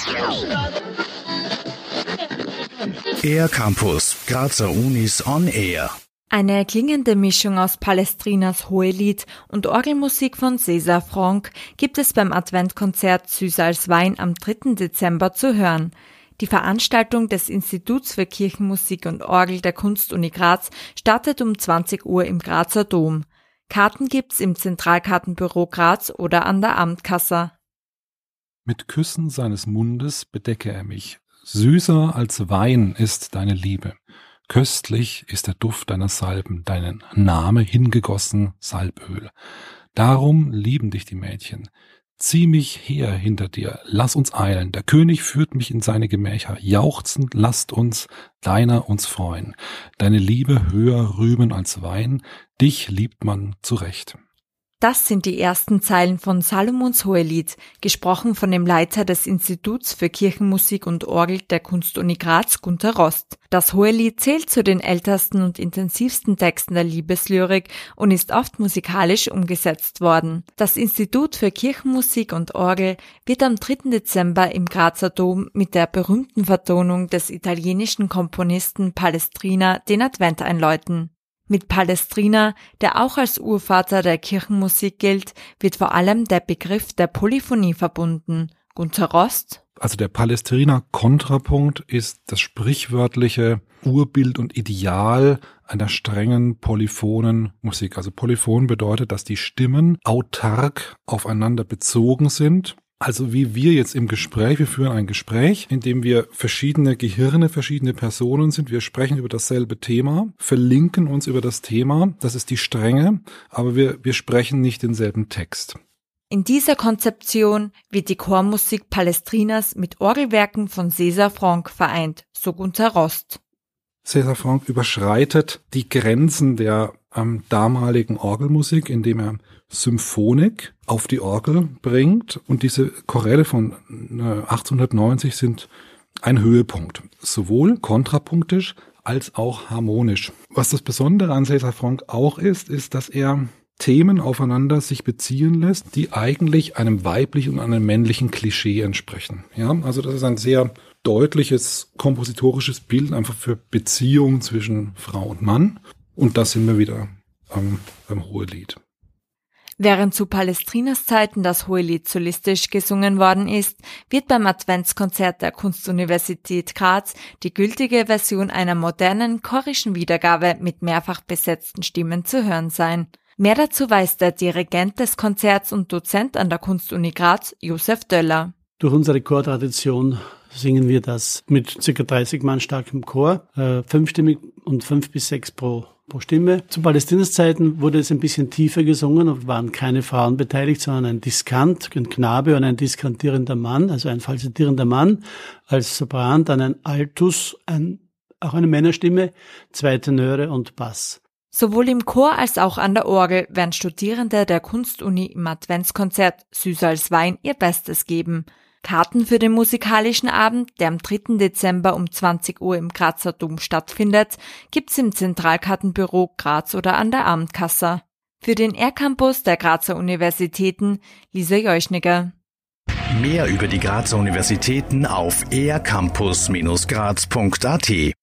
Air Campus, Grazer Unis on Air. Eine klingende Mischung aus Palestrinas Hohelied und Orgelmusik von César Franck gibt es beim Adventkonzert Süßer als Wein am 3. Dezember zu hören. Die Veranstaltung des Instituts für Kirchenmusik und Orgel der Kunstuni Graz startet um 20 Uhr im Grazer Dom. Karten gibt's im Zentralkartenbüro Graz oder an der Amtkasse. Mit Küssen seines Mundes bedecke er mich. Süßer als Wein ist deine Liebe. Köstlich ist der Duft deiner Salben, deinen Name hingegossen Salböl. Darum lieben dich die Mädchen. Zieh mich her hinter dir, lass uns eilen. Der König führt mich in seine Gemächer. Jauchzend lasst uns deiner uns freuen. Deine Liebe höher rühmen als Wein. Dich liebt man zurecht. Das sind die ersten Zeilen von Salomons Hohelied, gesprochen von dem Leiter des Instituts für Kirchenmusik und Orgel der Kunstuni Graz, Gunter Rost. Das Hohelied zählt zu den ältesten und intensivsten Texten der Liebeslyrik und ist oft musikalisch umgesetzt worden. Das Institut für Kirchenmusik und Orgel wird am 3. Dezember im Grazer Dom mit der berühmten Vertonung des italienischen Komponisten Palestrina den Advent einläuten. Mit Palestrina, der auch als Urvater der Kirchenmusik gilt, wird vor allem der Begriff der Polyphonie verbunden. Gunter Rost? Also der Palestrina-Kontrapunkt ist das sprichwörtliche Urbild und Ideal einer strengen polyphonen Musik. Also polyphon bedeutet, dass die Stimmen autark aufeinander bezogen sind. Also wie wir jetzt im Gespräch, wir führen ein Gespräch, in dem wir verschiedene Gehirne, verschiedene Personen sind. Wir sprechen über dasselbe Thema, verlinken uns über das Thema, das ist die Strenge, aber wir sprechen nicht denselben Text. In dieser Konzeption wird die Chormusik Palestrinas mit Orgelwerken von César Franck vereint, so Gunter Rost. César Franck überschreitet die Grenzen der damaligen Orgelmusik, indem er Symphonik auf die Orgel bringt, und diese Choräle von 1890 sind ein Höhepunkt, sowohl kontrapunktisch als auch harmonisch. Was das Besondere an César Franck auch ist, dass er Themen aufeinander sich beziehen lässt, die eigentlich einem weiblichen und einem männlichen Klischee entsprechen. Ja, also das ist ein sehr deutliches kompositorisches Bild einfach für Beziehungen zwischen Frau und Mann. Und da sind wir wieder beim Hohelied. Während zu Palestrinas Zeiten das Hohelied solistisch gesungen worden ist, wird beim Adventskonzert der Kunstuniversität Graz die gültige Version einer modernen chorischen Wiedergabe mit mehrfach besetzten Stimmen zu hören sein. Mehr dazu weiß der Dirigent des Konzerts und Dozent an der Kunstuni Graz, Josef Döller. Durch unsere Chortradition singen wir das mit ca. 30 Mann starkem Chor, fünfstimmig und 5 bis 6 pro Stimme. Zu Palestrinas Zeiten wurde es ein bisschen tiefer gesungen und waren keine Frauen beteiligt, sondern ein Diskant, ein Knabe und ein diskantierender Mann, also ein falsettierender Mann als Sopran, dann ein Altus, auch eine Männerstimme, 2 Tenöre und Bass. Sowohl im Chor als auch an der Orgel werden Studierende der Kunstuni im Adventskonzert Süßer als Wein ihr Bestes geben. Karten für den musikalischen Abend, der am 3. Dezember um 20 Uhr im Grazer Dom stattfindet, gibt's im Zentralkartenbüro Graz oder an der Amtkasse. Für den Air Campus der Grazer Universitäten, Lisa Jeuschniger. Mehr über die Grazer Universitäten auf aircampus-graz.at